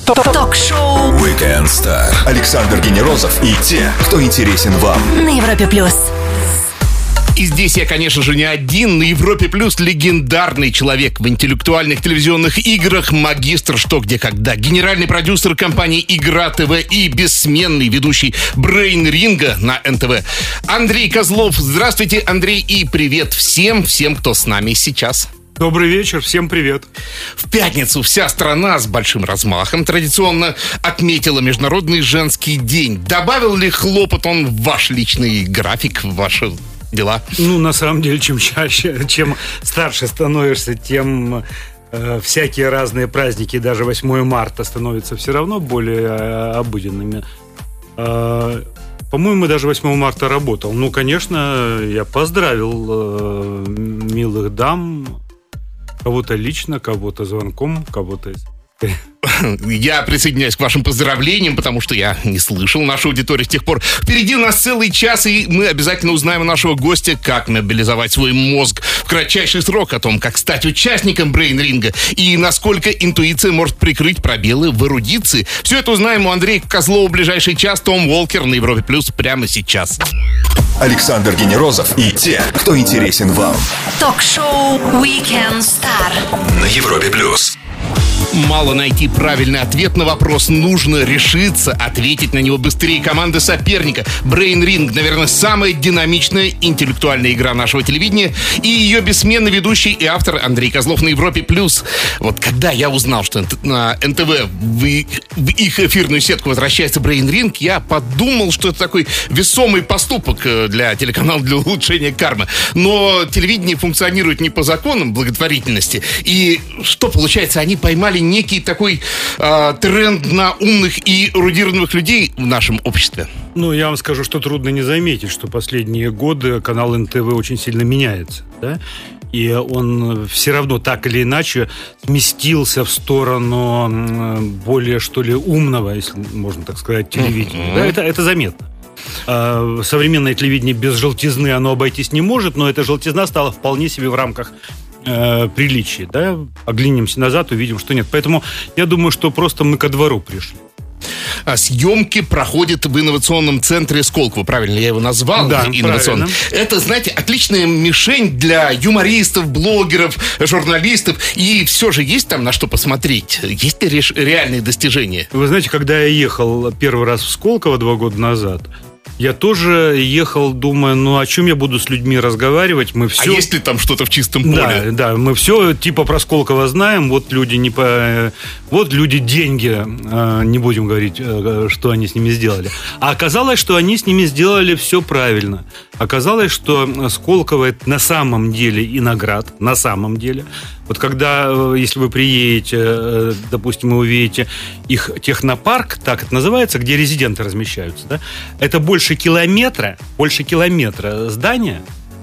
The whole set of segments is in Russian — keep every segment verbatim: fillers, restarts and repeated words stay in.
Ток-шоу Weekend Star. Александр Генерозов и те, кто интересен вам. На Европе плюс. И здесь я, конечно же, не один. На Европе плюс легендарный человек в интеллектуальных телевизионных играх, магистр «Что, где, когда», генеральный продюсер компании «Игра ТВ» и бессменный ведущий Брейн Ринга на эн тэ вэ. Андрей Козлов. Здравствуйте, Андрей, и привет всем, всем, кто с нами сейчас. Добрый вечер, всем привет. В пятницу вся страна с большим размахом традиционно отметила Международный женский день. Добавил ли хлопот он в ваш личный график, в ваши дела? Ну, на самом деле, чем чаще, чем старше становишься, тем э, всякие разные праздники, даже восьмое марта, становятся все равно более э, обыденными. Э, по-моему, даже восьмое марта работал. Ну, конечно, я поздравил э, милых дам, кого-то лично, кого-то звонком, кого-то... Я присоединяюсь к вашим поздравлениям, потому что я не слышал нашу аудиторию с тех пор. Впереди у нас целый час, и мы обязательно узнаем у нашего гостя, как мобилизовать свой мозг в кратчайший срок, о том, как стать участником Брейн Ринга и насколько интуиция может прикрыть пробелы в эрудиции. Все это узнаем у Андрея Козлова в ближайший час. Том Уолкер на Европе плюс прямо сейчас. Александр Генерозов и те, кто интересен вам. Ток-шоу Weekend Star На Европе плюс. Мало найти правильный ответ на вопрос, нужно решиться ответить на него быстрее команды соперника. Брейн Ринг, наверное, самая динамичная интеллектуальная игра нашего телевидения, и ее бессменный ведущий и автор Андрей Козлов на Европе плюс. Вот когда я узнал, что на эн тэ вэ в их эфирную сетку возвращается Брейн Ринг, я подумал, что это такой весомый поступок для телеканала для улучшения кармы. Но телевидение функционирует не по законам благотворительности, и что получается, они поймали некий такой э, тренд на умных и эрудированных людей в нашем обществе. Ну, я вам скажу, что трудно не заметить, что последние годы канал эн тэ вэ очень сильно меняется, да? И он все равно так или иначе сместился в сторону более, что ли, умного, если можно так сказать, телевидения. Mm-hmm. Да? Это, это заметно. Современное телевидение без желтизны оно обойтись не может, но эта желтизна стала вполне себе в рамках э, приличия. Да? Оглянемся назад, увидим, что нет. Поэтому я думаю, что просто мы ко двору пришли. А съемки проходят в инновационном центре Сколково. Правильно я его назвал? Да, инновационно. Это, знаете, отличная мишень для юмористов, блогеров, журналистов. И все же есть там на что посмотреть? Есть ли ре- реальные достижения? Вы знаете, когда я ехал первый раз в Сколково два года назад, я тоже ехал, думая, ну о чем я буду с людьми разговаривать? Мы все... А есть ли там что-то в чистом поле? Да, да, мы все типа про Сколково знаем. Вот люди не по... Вот люди деньги, не будем говорить, что они с ними сделали. А оказалось, что они с ними сделали все правильно. Оказалось, что Сколково это на самом деле Иноград, на самом деле. Вот когда, если вы приедете, допустим, и увидите их технопарк, так это называется, где резиденты размещаются, да, это больше километра, больше километра здания.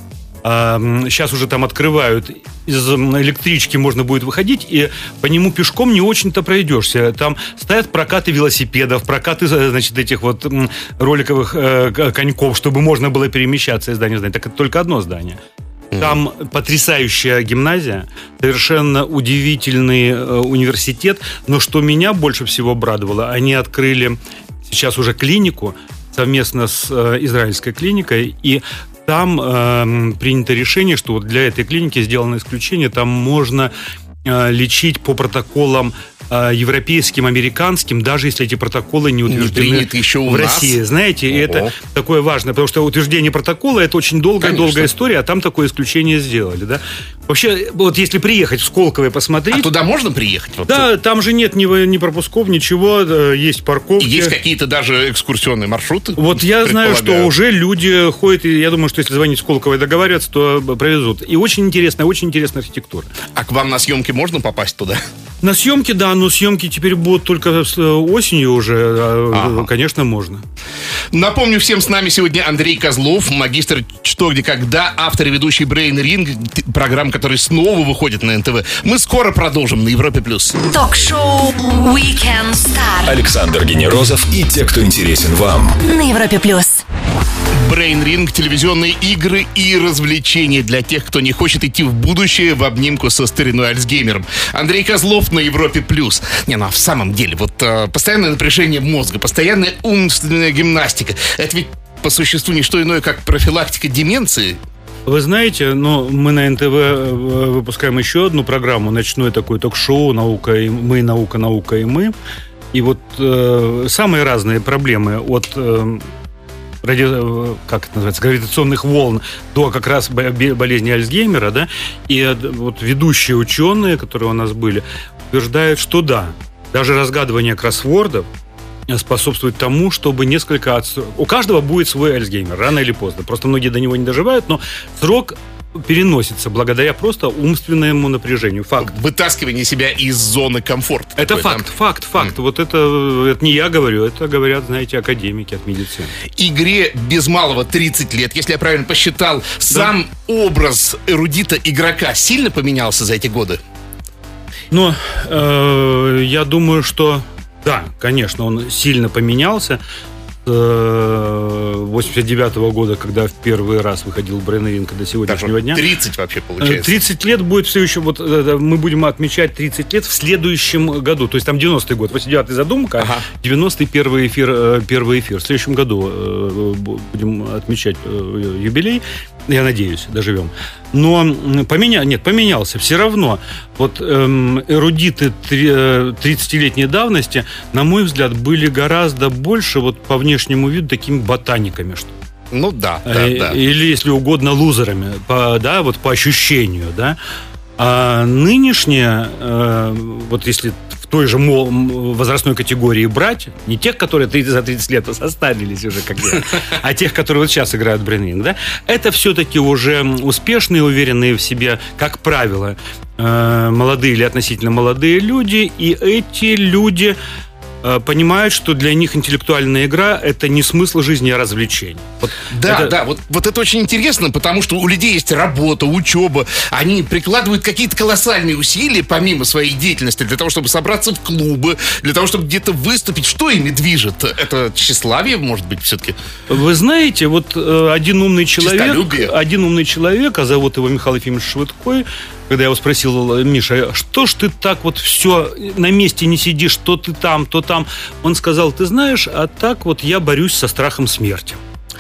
Сейчас уже там открывают, из электрички можно будет выходить, и по нему пешком не очень-то пройдешься. Там стоят прокаты велосипедов, прокаты, значит, этих вот роликовых коньков, чтобы можно было перемещаться из здания в здание. Так это только одно здание. Там потрясающая гимназия, совершенно удивительный э, университет. Но что меня больше всего обрадовало, они открыли сейчас уже клинику совместно с э, израильской клиникой, и там э, принято решение, что вот для этой клиники сделано исключение, там можно э, лечить по протоколам европейским, американским, даже если эти протоколы не утверждены не еще у в нас. России. Знаете, Ого. Это такое важное, потому что утверждение протокола — это очень долгая-долгая история, а там такое исключение сделали, да. Вообще, вот если приехать в Сколково и посмотреть... А туда можно приехать? Да, там же нет ни, ни пропусков, ничего, есть парковки. И есть какие-то даже экскурсионные маршруты? Вот я знаю, что уже люди ходят, и я думаю, что если звонить в Сколково и договариваться, то провезут. И очень интересная, очень интересная архитектура. А к вам на съемки можно попасть туда? На съемки, да, но съемки теперь будут только осенью уже, ага. Конечно, можно. Напомню всем, с нами сегодня Андрей Козлов, магистр «Что, где, когда», автор и ведущий Брейн Ринг, программа, которая снова выходит на эн тэ вэ. Мы скоро продолжим на Европе+. Ток-шоу Weekend Star. Александр Генерозов и те, кто интересен вам. На Европе+. Brain Ring, телевизионные игры и развлечения для тех, кто не хочет идти в будущее в обнимку со стариной Альцгеймером. Андрей Козлов на Европе плюс. Не, ну а в самом деле, вот э, постоянное напряжение мозга, постоянная умственная гимнастика. Это ведь по существу не что иное, как профилактика деменции. Вы знаете, ну, мы на эн тэ вэ выпускаем еще одну программу, ночное такое ток-шоу «Наука и мы», «Наука, наука и мы». И вот э, самые разные проблемы от э, ради, как это называется, гравитационных волн до как раз болезни Альцгеймера, да, и вот ведущие ученые, которые у нас были, утверждают, что да, даже разгадывание кроссвордов способствует тому, чтобы несколько... Отстро... У каждого будет свой Альцгеймер, рано или поздно. Просто многие до него не доживают, но срок переносится благодаря просто умственному напряжению. Факт. Вытаскивание себя из зоны комфорта. Это такой, факт, да? факт, факт. Mm. Вот это, это не я говорю, это говорят, знаете, академики от медицины. Игре без малого тридцать лет, если я правильно посчитал, да. Сам образ эрудита-игрока сильно поменялся за эти годы? Ну, э, я думаю, что да, конечно, он сильно поменялся. С восемьдесят девятого года, когда в первый раз выходил Brain Ring, до сегодняшнего дня. тридцать вообще получается. тридцать лет будет все еще, вот мы будем отмечать тридцать лет в следующем году. То есть там девяностый год, восемьдесят девятый задумка, ага. девяностый первый эфир, первый эфир. В следующем году будем отмечать юбилей. Я надеюсь, доживем. Но поменя... Нет, поменялся. Все равно вот эм, эрудиты тридцатилетней давности, на мой взгляд, были гораздо больше вот по внешнему виду такими ботаниками, что ли. Ну да, да, да. Или, если угодно, лузерами, по, да, вот по ощущению, да. А нынешние, э, вот если в той же возрастной категории брать, не тех, которые за тридцать лет состарились уже, как я, а тех, которые вот сейчас играют в Brain Ring, да, это все-таки уже успешные, уверенные в себе, как правило, э, молодые или относительно молодые люди, и эти люди понимают, что для них интеллектуальная игра — это не смысл жизни, а развлечение. Вот да, это... да, вот, вот это очень интересно, потому что у людей есть работа, учеба, они прикладывают какие-то колоссальные усилия, помимо своей деятельности, для того, чтобы собраться в клубы, для того, чтобы где-то выступить. Что ими движет? Это тщеславие, может быть, все-таки? Вы знаете, вот один умный человек, один умный человек, а зовут его Михаил Ефимович Швыдкой, когда я его спросил: Миша, что ж ты так вот все на месте не сидишь, то ты там, то там. Он сказал: ты знаешь, а так вот я борюсь со страхом смерти.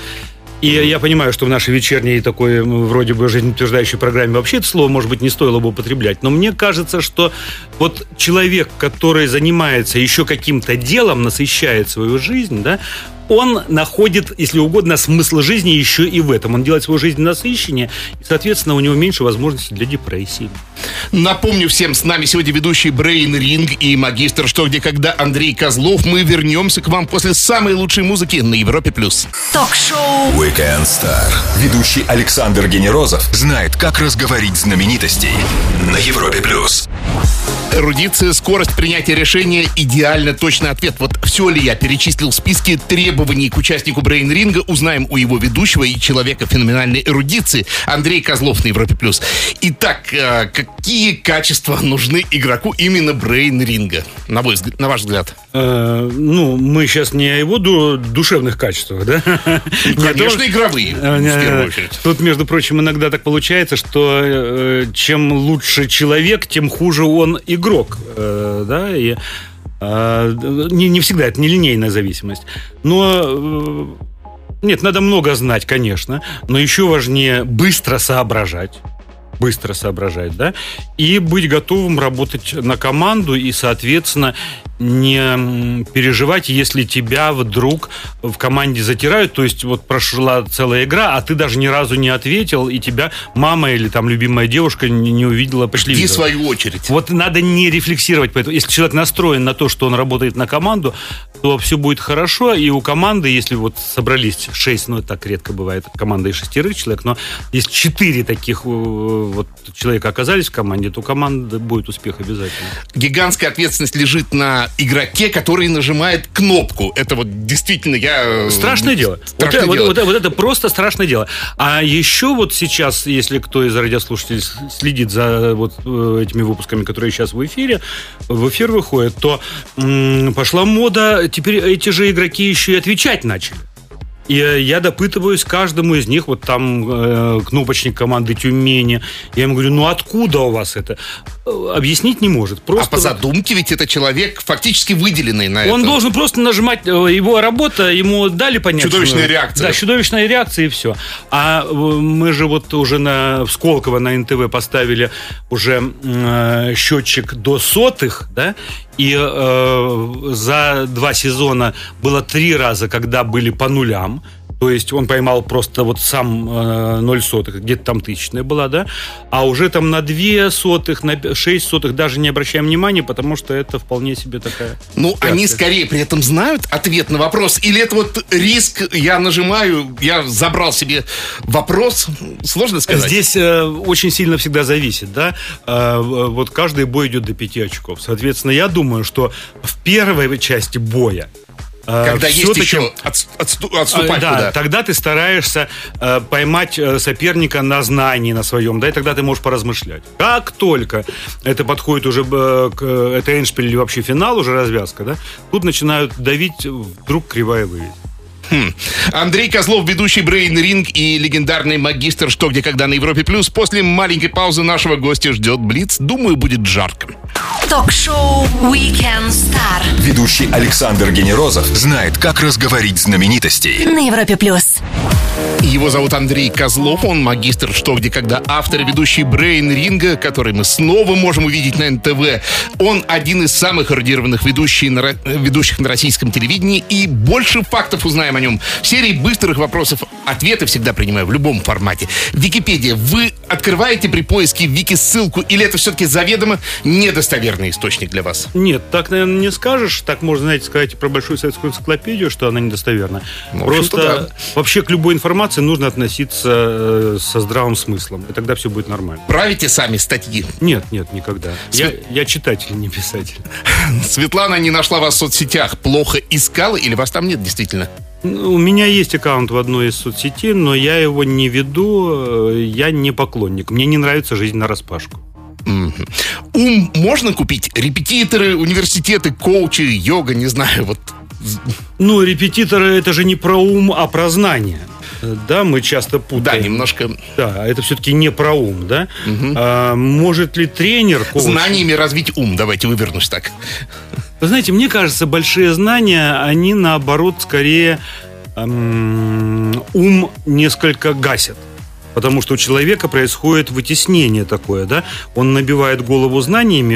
И я понимаю, что в нашей вечерней такой, вроде бы, жизнеутверждающей программе вообще это слово, может быть, не стоило бы употреблять. Но мне кажется, что вот человек, который занимается еще каким-то делом, насыщает свою жизнь, да, он находит, если угодно, смысл жизни еще и в этом. Он делает свою жизнь насыщеннее, и, соответственно, у него меньше возможностей для депрессии. Напомню всем, с нами сегодня ведущий Brain Ring и магистр «Что, где, когда» Андрей Козлов. Мы вернемся к вам после самой лучшей музыки на Европе+. Ток-шоу Weekend Star. Ведущий Александр Генерозов знает, как разговорить знаменитостей на Европе+. Эрудиция, скорость принятия решения, идеально точный ответ. Вот все ли я перечислил в списке требований к участнику Brain Ring, узнаем у его ведущего и человека феноменальной эрудиции Андрей Козлов на Европе+. Итак, какие качества нужны игроку именно Brain Ring, на, ваш, на ваш взгляд? Э, ну, мы сейчас не о его ду- душевных качествах, да? Конечно, игровые, в первую очередь. Тут, между прочим, иногда так получается, что э, чем лучше человек, тем хуже он игрок, э, да, и э, не, не всегда это нелинейная зависимость. Но э, нет, надо много знать, конечно, но еще важнее быстро соображать. Быстро соображать, да, и быть готовым работать на команду и, соответственно, не переживать, если тебя вдруг в команде затирают, то есть вот прошла целая игра, а ты даже ни разу не ответил, и тебя мама или там любимая девушка не увидела по телевизору. Жди свою очередь. Вот надо не рефлексировать, поэтому если человек настроен на то, что он работает на команду, то все будет хорошо, и у команды, если вот собрались шесть, ну это так редко бывает, команда из шестерых человек, но если четыре таких вот человека оказались в команде, то команда будет успех обязательно. Гигантская ответственность лежит на игроке, который нажимает кнопку. Это вот действительно я... Страшное дело. Страшное вот, дело. Вот, вот, вот это просто страшное дело. А еще вот сейчас, если кто из радиослушателей следит за вот этими выпусками, которые сейчас в эфире, в эфир выходят, то м- пошла мода, теперь эти же игроки еще и отвечать начали. И я допытываюсь каждому из них, вот там э, кнопочник команды Тюмени. Я ему говорю, ну откуда у вас это? Объяснить не может. Просто а по задумке ведь это человек фактически выделенный на это. Он должен просто нажимать, его работа, ему дали понять. Чудовищная реакция. Да, чудовищная реакция и все. А мы же вот уже на в Сколково на эн тэ вэ поставили уже э, счетчик до сотых, да, и э, за два сезона было три раза, когда были по нулям. То есть он поймал просто вот сам э, ноль сотых, где-то там тысячная была, да? А уже там на две сотых, на шесть сотых даже не обращаем внимания, потому что это вполне себе такая... Ну, реакция. Они скорее при этом знают ответ на вопрос? Или это вот риск, я нажимаю, я забрал себе вопрос? Сложно сказать. Здесь э, очень сильно всегда зависит, да? Э, вот каждый бой идет до пяти очков. Соответственно, я думаю, что в первой части боя когда есть еще от, отсту, отступать да, куда. Тогда ты стараешься э, поймать соперника на знании на своем, да, и тогда ты можешь поразмышлять. Как только это подходит уже э, к это эндшпиль или вообще финал, уже развязка, да, тут начинают давить, вдруг кривая выведет. Хм. Андрей Козлов, ведущий Brain Ring и легендарный магистр «Что, где, когда» на Европе плюс. После маленькой паузы нашего гостя ждет блиц. Думаю, будет жарко. Ток-шоу Weekend Star. Ведущий Александр Генерозов знает, как разговорить знаменитостей. На Европе плюс. Его зовут Андрей Козлов, он магистр «Что, где, когда», автор и ведущий Brain Ring, который мы снова можем увидеть на эн тэ вэ. Он один из самых эрудированных ведущих на, ведущих на российском телевидении, и больше фактов узнаем о нем в серии быстрых вопросов. Ответы всегда принимаю в любом формате. Википедия. Вы открываете при поиске Вики ссылку, или это все-таки заведомо недостоверный источник для вас? Нет, так, наверное, не скажешь. Так можно, знаете, сказать про Большую советскую энциклопедию, что она недостоверна. Ну, просто да. Вообще к любой информации нужно относиться со здравым смыслом, и тогда все будет нормально. Правите сами статьи? Нет, нет, никогда. Свет... Я, я читатель, не писатель. Светлана не нашла вас в соцсетях. Плохо искала или вас там нет действительно? У меня есть аккаунт в одной из соцсетей, но я его не веду, я не поклонник. Мне не нравится жизнь нараспашку. Mm-hmm. Ум можно купить? Репетиторы, университеты, коучи, йога, не знаю, вот... Ну, репетиторы — это же не про ум, а про знания. Да, мы часто путаем. Да, немножко. Да, это все-таки не про ум, да? Угу. А, может ли тренер... Коуч... Знаниями развить ум, давайте вывернусь так. Вы знаете, мне кажется, большие знания, они наоборот скорее эм, ум несколько гасят. Потому что у человека происходит вытеснение такое, да? Он набивает голову знаниями,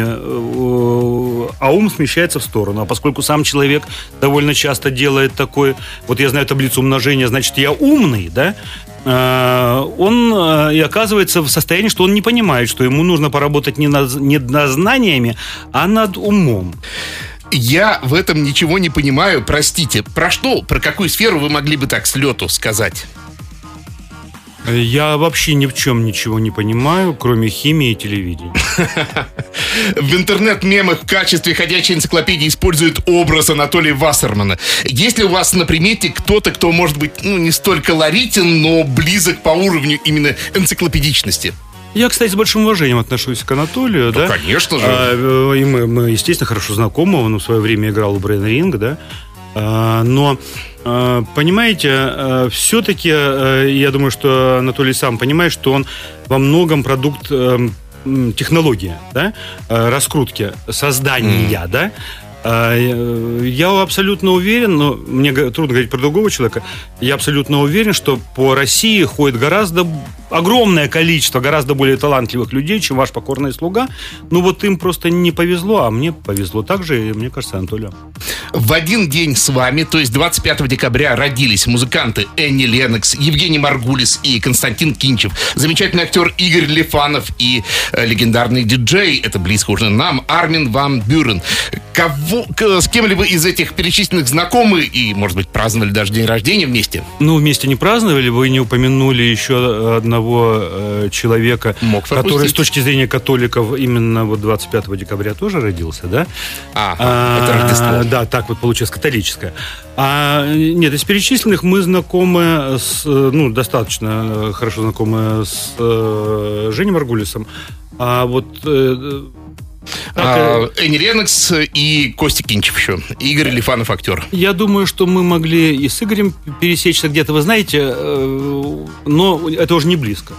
а ум смещается в сторону. А поскольку сам человек довольно часто делает такое, вот я знаю таблицу умножения, значит, я умный, да? Он и оказывается в состоянии, что он не понимает, что ему нужно поработать не над, не над знаниями, а над умом. Я в этом ничего не понимаю, простите. Про что, про какую сферу вы могли бы так с лету сказать? Я вообще ни в чем ничего не понимаю, кроме химии и телевидения. В интернет-мемах в качестве ходячей энциклопедии используют образ Анатолия Вассермана. Есть ли у вас на примете кто-то, кто может быть, ну, не столь колоритен, но близок по уровню именно энциклопедичности? Я, кстати, с большим уважением отношусь к Анатолию, да? да? Конечно же. А, и мы, мы, естественно, хорошо знакомы. Он в свое время играл в Brain Ring, да? А, но... Понимаете, все-таки я думаю, что Анатолий сам понимает, что он во многом продукт технологии, да, раскрутки, создания, mm. да. Я абсолютно уверен, но мне трудно говорить про другого человека, я абсолютно уверен, что по России ходит гораздо огромное количество гораздо более талантливых людей, чем ваш покорный слуга. Ну вот им просто не повезло, а мне повезло также, и мне кажется, Анатолию. В один день с вами, то есть двадцать пятого декабря, родились музыканты Энни Ленокс, Евгений Маргулис и Константин Кинчев, замечательный актер Игорь Лифанов и э, легендарный диджей, это близко уже нам, Армин ван Бюрен. Кого, к, с кем-либо из этих перечисленных знакомы и, может быть, праздновали даже день рождения вместе? Ну, вместе не праздновали, вы не упомянули еще одного э, человека, который с точки зрения католиков именно вот двадцать пятого декабря тоже родился, да? А, а это Рождество. Да, так вот получилось, католическое. А, нет, из перечисленных мы знакомы с, ну, достаточно хорошо знакомы с э, Женей Маргулисом. А вот э, А, Энни Ленокс и Костя Кинчев еще. Игорь Лифанов, актер. Я думаю, что мы могли и с Игорем пересечься где-то, вы знаете, но это уже не близко.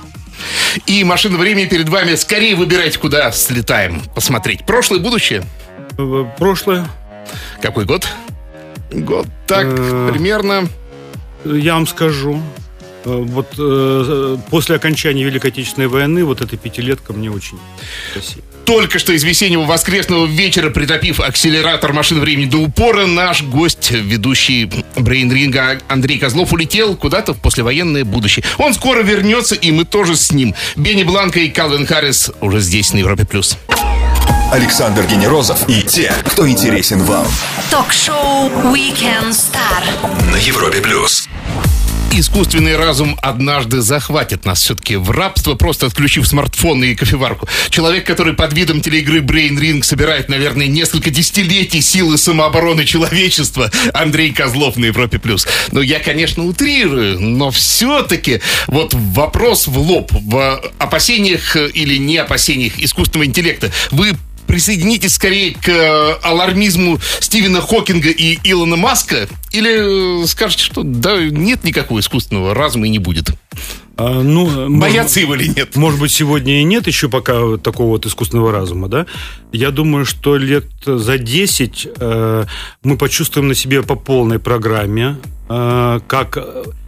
И «Машина времени» перед вами. Скорее выбирайте, куда слетаем посмотреть. Прошлое, будущее? Прошлое. Какой год? Год так, примерно. Я вам скажу. Вот э, после окончания Великой Отечественной войны вот эта пятилетка мне очень красиво. Только что из весеннего воскресного вечера, притопив акселератор «Машины времени» до упора, наш гость, ведущий брейн-ринга Андрей Козлов, улетел куда-то в послевоенное будущее. Он скоро вернется, и мы тоже с ним. Бенни Бланко и Калвин Харрис уже здесь, на Европе+. Александр Генерозов и те, кто интересен вам. Ток-шоу Weekend Star На Европе+. Искусственный разум однажды захватит нас все-таки в рабство, просто отключив смартфон и кофеварку. Человек, который под видом телеигры Brain Ring собирает, наверное, несколько десятилетий силы самообороны человечества, Андрей Козлов на Европе+. Ну, я, конечно, утрирую, но все-таки вот вопрос в лоб, в опасениях или не опасениях искусственного интеллекта. Вы присоединитесь скорее к алармизму Стивена Хокинга и Илона Маска, или скажете, что да, нет никакого искусственного разума и не будет? А, ну, Боятся может, его или нет? Может быть, сегодня и нет еще пока такого вот искусственного разума, да? Я думаю, что лет за десять э, мы почувствуем на себе по полной программе, э, как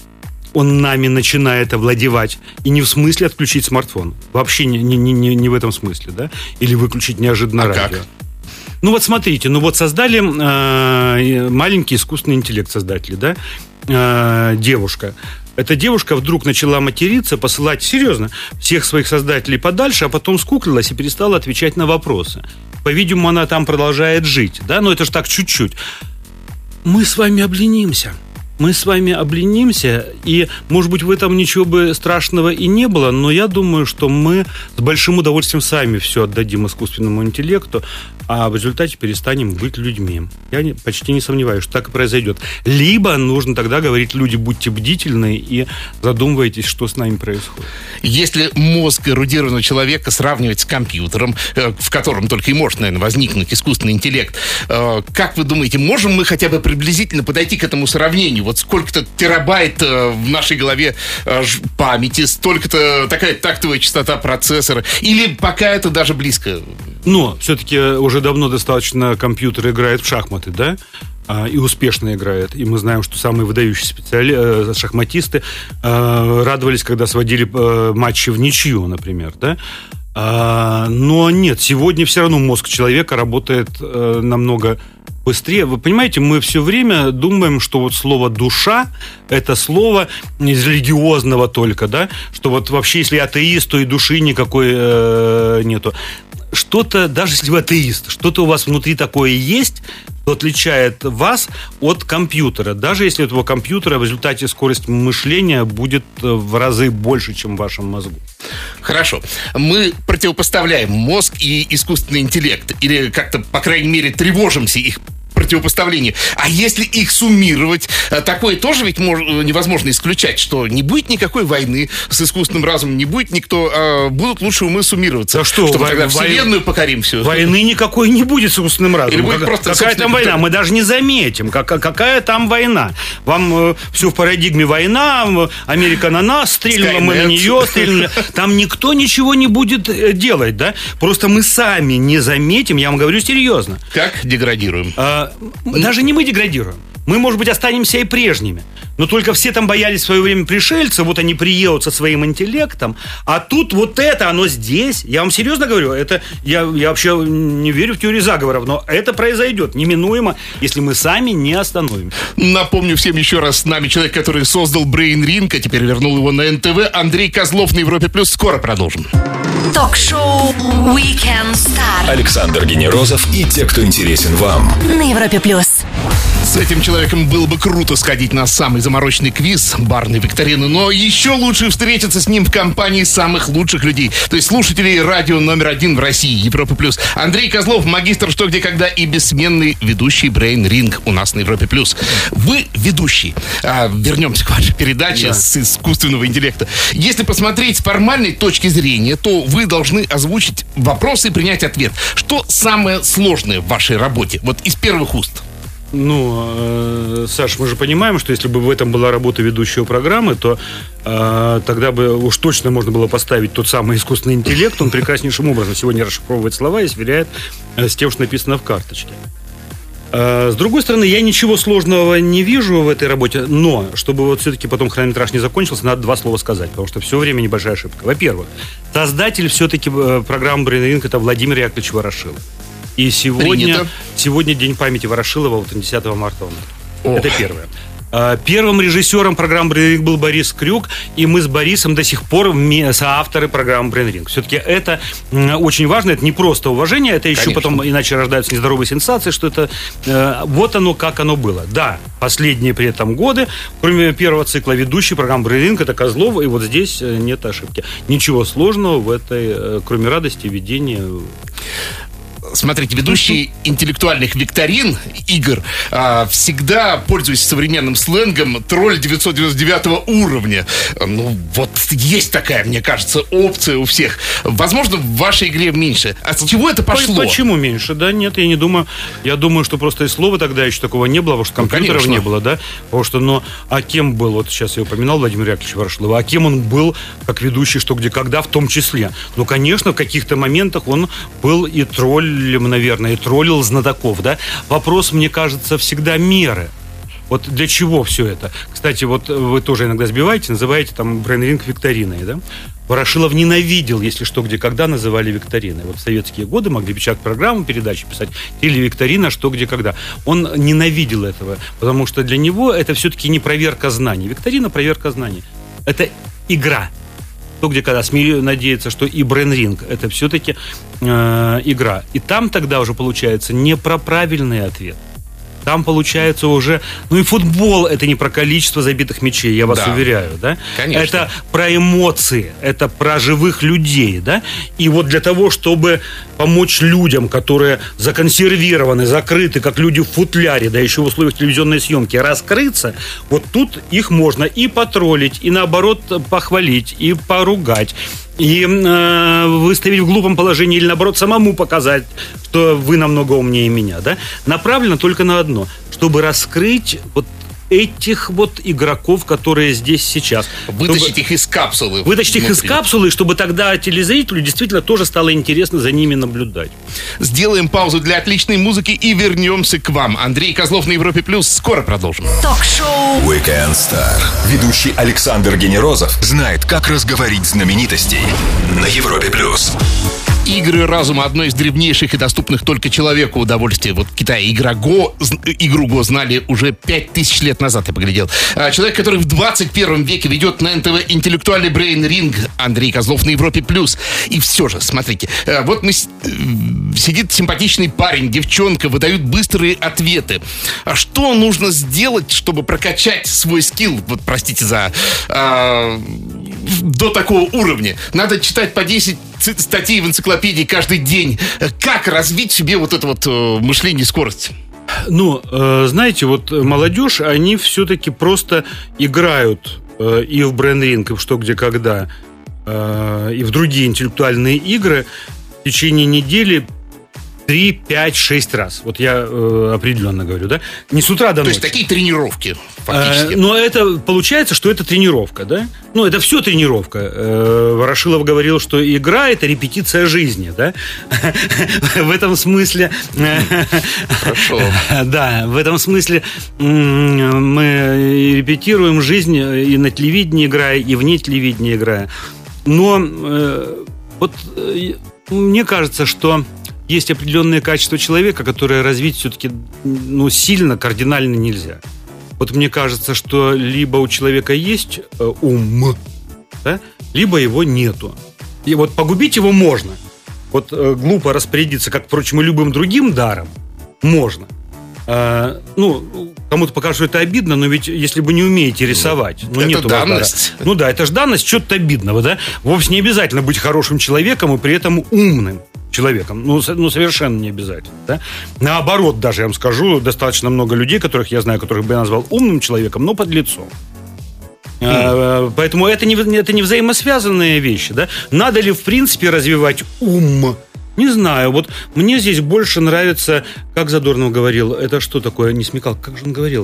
он нами начинает овладевать. И не в смысле отключить смартфон. Вообще не, не, не, не в этом смысле, да? Или выключить неожиданно а радио. Как? Ну вот смотрите, ну вот создали э, маленький искусственный интеллект создатели, да? Э, девушка. Эта девушка вдруг начала материться, посылать, серьезно, всех своих создателей подальше, а потом скуклилась и перестала отвечать на вопросы. По-видимому, она там продолжает жить, да? Но это же так чуть-чуть. Мы с вами обленимся. Мы с вами обленимся, и, может быть, в этом ничего бы страшного и не было, но я думаю, что мы с большим удовольствием сами все отдадим искусственному интеллекту, а в результате перестанем быть людьми. Я не, почти не сомневаюсь, что так и произойдет. Либо нужно тогда говорить: люди, будьте бдительны и задумывайтесь, что с нами происходит. Если мозг эрудированного человека сравнивать с компьютером, в котором только и может, наверное, возникнуть искусственный интеллект, как вы думаете, можем мы хотя бы приблизительно подойти к этому сравнению? Вот сколько-то терабайт в нашей голове памяти, столько-то такая тактовая частота процессора, или пока это даже близко? Но все-таки уже давно достаточно компьютер играет в шахматы, да? И успешно играет. И мы знаем, что самые выдающиеся специали... шахматисты радовались, когда сводили матчи в ничью, например, да? Но нет, сегодня все равно мозг человека работает намного быстрее. Вы понимаете, мы все время думаем, что вот слово «душа» — это слово из религиозного только, да? Что вот вообще, если атеист, то и души никакой э, нету. Что-то, даже если вы атеист, что-то у вас внутри такое есть, что отличает вас от компьютера. Даже если у этого компьютера в результате скорость мышления будет в разы больше, чем в вашем мозгу. Хорошо. Мы противопоставляем мозг и искусственный интеллект. Или как-то, по крайней мере, тревожимся их противопоставлению. А если их суммировать, такое тоже ведь мож, невозможно исключать, что не будет никакой войны с искусственным разумом, не будет никто, а будут лучшие умы суммироваться. Да что, чтобы вой... тогда вселенную вой... покорим все. Войны никакой не будет с искусственным разумом. Или будет просто какая там война? Мы даже не заметим, как, какая там война. Вам э, все в парадигме война, Америка на нас стрельнула, Skynet. Мы на нее стрельнули. Там никто ничего не будет делать, да? Просто мы сами не заметим, я вам говорю серьезно. Как деградируем? А, даже не мы деградируем. Мы, может быть, останемся и прежними. Но только все там боялись в свое время пришельцев, вот они приедут со своим интеллектом, а тут вот это, оно здесь. Я вам серьезно говорю, это я, я вообще не верю в теорию заговоров, но это произойдет неминуемо, если мы сами не остановимся. Напомню всем еще раз, с нами человек, который создал Brain Ring, а теперь вернул его на эн тэ вэ, Андрей Козлов на Европе Плюс. Скоро продолжим. Ток-шоу Weekend Star. Александр Генерозов и те, кто интересен вам. На Европе Плюс. С этим человеком было бы круто сходить на самый замороченный квиз, барные викторины, но еще лучше встретиться с ним в компании самых лучших людей, то есть слушателей радио номер один в России, Европа Плюс. Андрей Козлов, магистр «Что, где, когда» и бессменный ведущий Brain Ring у нас на Европе Плюс. Вы ведущий. А, вернемся к вашей передаче да. с искусственного интеллекта. Если посмотреть с формальной точки зрения, то вы должны озвучить вопросы и принять ответ. Что самое сложное в вашей работе? Вот из первых уст. Ну, э, Саш, мы же понимаем, что если бы в этом была работа ведущего программы, то э, тогда бы уж точно можно было поставить тот самый искусственный интеллект. Он прекраснейшим образом сегодня расшифровывает слова и сверяет э, с тем, что написано в карточке. Э, с другой стороны, я ничего сложного не вижу в этой работе, но чтобы вот все-таки потом хронометраж не закончился, надо два слова сказать, потому что все время небольшая ошибка. Во-первых, создатель все-таки программы Brain Ring — это Владимир Яковлевич Ворошилов. И сегодня, сегодня день памяти Ворошилова, вот десятого марта он. Ох. Это первое. Первым режиссером программы Brain Ring был Борис Крюк, и мы с Борисом до сих пор соавторы программы Brain Ring. Все-таки это очень важно, это не просто уважение, это еще Конечно. Потом, иначе рождаются нездоровые сенсации, что это вот оно, как оно было. Да, последние при этом годы, кроме первого цикла ведущий программы Brain Ring — это Козлов, и вот здесь нет ошибки. Ничего сложного в этой, кроме радости, ведения. Смотрите, ведущие интеллектуальных викторин, игр, а, всегда, пользуясь современным сленгом, тролль девятьсот девяносто девятого уровня. Ну, вот есть такая, мне кажется, опция у всех. Возможно, в вашей игре меньше. А с чего это пошло? Почему меньше? Да нет, я не думаю. Я думаю, что просто и слова тогда еще такого не было, потому что компьютеров ну, не было, да? Потому что, но, а кем был, вот сейчас я упоминал Владимир Яковлевич Ворошилов, а кем он был как ведущий «Что, где, когда» в том числе? Ну, конечно, в каких-то моментах он был и тролль, наверное, и троллил знатоков, да? Вопрос, мне кажется, всегда меры. Вот для чего все это? Кстати, вот вы тоже иногда сбиваете, называете там Brain Ring викториной, да? Ворошилов ненавидел, если «Что, где, когда» называли викториной. Вот в советские годы могли печатать программу, передачи писать, или викторина «Что, где, когда». Он ненавидел этого, потому что для него это все-таки не проверка знаний. Викторина — проверка знаний. Это игра. «Что, где, когда». Смею надеяться, что и Brain Ring — это все-таки э, игра. И там тогда уже получается не про правильный ответ. Там получается уже... Ну и футбол — это не про количество забитых мячей, я вас да. уверяю, да? Конечно. Это про эмоции, это про живых людей, да? И вот для того, чтобы помочь людям, которые законсервированы, закрыты, как люди в футляре, да еще в условиях телевизионной съемки, раскрыться, вот тут их можно и потроллить, и наоборот похвалить, и поругать, и э, выставить в глупом положении, или наоборот самому показать, что вы намного умнее меня, да? Направлено только на одно, чтобы раскрыть вот этих вот игроков, которые здесь сейчас. Вытащить чтобы... их из капсулы. Вытащить внутри. их из капсулы, чтобы тогда телезрителю действительно тоже стало интересно за ними наблюдать. Сделаем паузу для отличной музыки и вернемся к вам. Андрей Козлов на Европе Плюс. Скоро продолжим. Ток-шоу Weekend Star. Ведущий Александр Генерозов знает, как разговорить знаменитостей на Европе Плюс. Игры разума — одно из древнейших и доступных только человеку удовольствий. Вот в Китае игра Го, игру Го знали уже пять тысяч лет назад, я поглядел. Человек, который в двадцать первом веке ведет на эн тэ вэ интеллектуальный Brain Ring, Андрей Козлов на Европе Плюс. И все же, смотрите, вот мы сидит симпатичный парень, девчонка, выдают быстрые ответы. А что нужно сделать, чтобы прокачать свой скилл? Вот, простите за... А, до такого уровня. Надо читать по десять статей в энциклопедии каждый день. Как развить в себе вот это вот мышление и скорость? Ну, знаете, вот молодежь, они все-таки просто играют и в Brain Ring, и в «Что, где, когда», и в другие интеллектуальные игры в течение недели три, пять, шесть раз. Вот я э, определенно говорю, да? Не с утра до ночи. То есть такие тренировки, фактически. Э, но это получается, что это тренировка, да? Ну, это все тренировка. Э, Ворошилов говорил, что игра — это репетиция жизни, да? В этом смысле... Хорошо. Да, в этом смысле мы репетируем жизнь и на телевидении играя, и вне телевидения играя. Но вот мне кажется, что есть определенные качества человека, которые развить все-таки ну, сильно, кардинально нельзя. Вот мне кажется, что либо у человека есть э, ум, да, либо его нету. И вот погубить его можно. Вот э, глупо распорядиться, как, впрочем, и любым другим даром, можно. э, ну, кому-то покажут, что это обидно, но ведь если вы не умеете рисовать... Ну, это нет данность. Ну да, это же данность, что-то обидного, да? Вовсе не обязательно быть хорошим человеком и при этом умным человеком. Ну, ну, совершенно не обязательно, да? Наоборот, даже я вам скажу, достаточно много людей, которых я знаю, которых бы я назвал умным человеком, но подлецом. Mm. Поэтому это не, это не взаимосвязанные вещи, да? Надо ли, в принципе, развивать ум? Не знаю. Вот мне здесь больше нравится, как Задорнов говорил, это что такое, не смекалка, как же он говорил?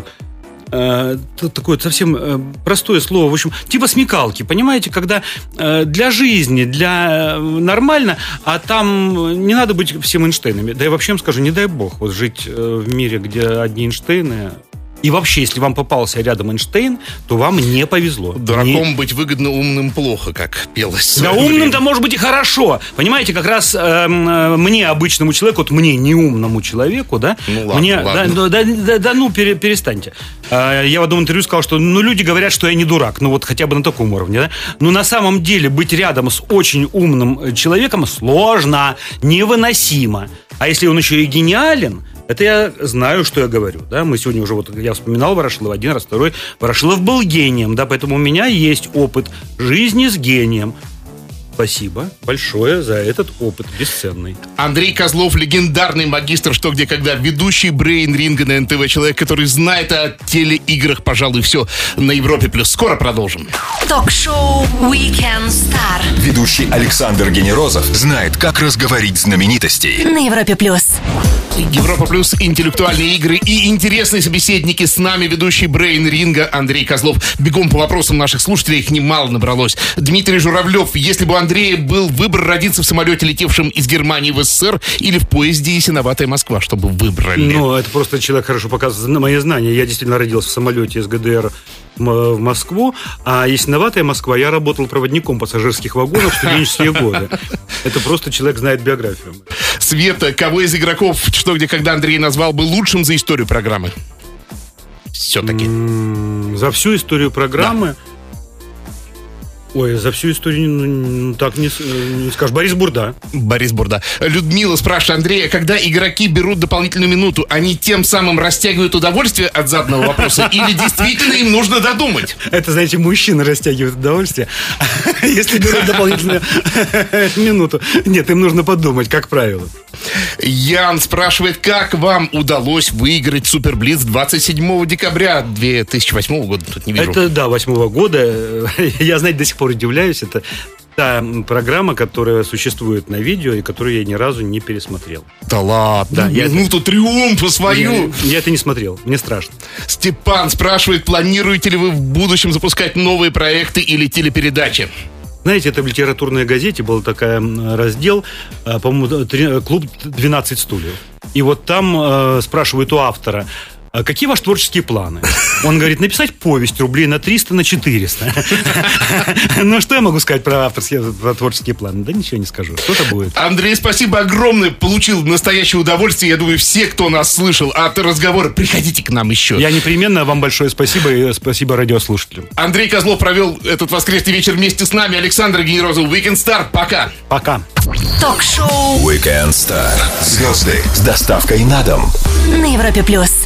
Э, такое совсем э, простое слово, в общем, типа смекалки, понимаете, когда э, для жизни, для э, нормально, а там не надо быть всем Эйнштейнами. Да и вообще вам скажу, не дай бог вот жить э, в мире, где одни Эйнштейны. И вообще, если вам попался рядом Эйнштейн, то вам не повезло. Дураком не... быть выгодно, умным плохо, как пелось. Да, умным-то может быть и хорошо. Понимаете, как раз э, мне, обычному человеку, вот мне, неумному человеку, да, ну, ладно, мне, ладно. Да, да, да, да, ну, пере, перестаньте. Э, я в одном интервью сказал, что ну, люди говорят, что я не дурак, ну вот хотя бы на таком уровне, да. Но на самом деле быть рядом с очень умным человеком сложно, невыносимо. А если он еще и гениален, это я знаю, что я говорю, да, мы сегодня уже, вот я вспоминал Ворошилова один раз, второй, Ворошилов был гением, да, поэтому у меня есть опыт жизни с гением. Спасибо большое за этот опыт бесценный. Андрей Козлов, легендарный магистр «Что, где, когда», ведущий Брейн Ринга на эн тэ вэ, человек, который знает о телеиграх, пожалуй, все на Европе+. Скоро продолжим. Ток-шоу Weekend Star. Ведущий Александр Генерозов знает, как разговорить знаменитостей. На Европе+. Европа плюс, интеллектуальные игры и интересные собеседники. С нами ведущий Брейн Ринга Андрей Козлов. Бегом по вопросам наших слушателей, их немало набралось. Дмитрий Журавлев, если бы у Андрея был выбор родиться в самолете, летевшем из Германии в эс эс эс эр, или в поезде Ясиноватая Москва, чтобы выбрали? Ну, это просто человек хорошо показывает мои знания. Я действительно родился в самолете из гэ дэ эр в Москву, а Ясиноватая Москва, я работал проводником пассажирских вагонов в студенческие годы. Это просто человек знает биографию. Света, кого из игроков «Что, где, когда» Андрей назвал бы лучшим за историю программы? Все-таки. М-м, за всю историю программы? Да. Ой, за всю историю ну, так не, не скажешь. Борис Бурда. Борис Бурда. Людмила спрашивает Андрея, когда игроки берут дополнительную минуту, они тем самым растягивают удовольствие от заданного вопроса или действительно им нужно додумать? Это, знаете, мужчины растягивают удовольствие, если берут дополнительную минуту. Нет, им нужно подумать, как правило. Ян спрашивает, как вам удалось выиграть Суперблиц двадцать седьмого декабря две тысячи восьмого года? Тут не вижу. Это, да, восьмого года. Я, знаете, до сих пор удивляюсь. Это та программа, которая существует на видео и которую я ни разу не пересмотрел. Да ладно. Да, я минуту это... триумфа свою. Я, я это не смотрел. Мне страшно. Степан спрашивает, планируете ли вы в будущем запускать новые проекты или телепередачи? Знаете, это в «Литературной газете» был такой раздел, по-моему, «Клуб двенадцать стульев». И вот там э, спрашивают у автора, какие ваши творческие планы? Он говорит, написать повесть рублей на триста, на четыреста. Ну, что я могу сказать про авторские, про творческие планы? Да ничего не скажу. Что-то будет. Андрей, спасибо огромное. Получил настоящее удовольствие. Я думаю, все, кто нас слышал от разговора, приходите к нам еще. Я непременно. Вам большое спасибо. И спасибо радиослушателям. Андрей Козлов провел этот воскресный вечер вместе с нами. Александр Генерозов, Weekend Star. Пока. Пока. Ток-шоу Weekend Star. Звезды с доставкой на дом. На Европе+.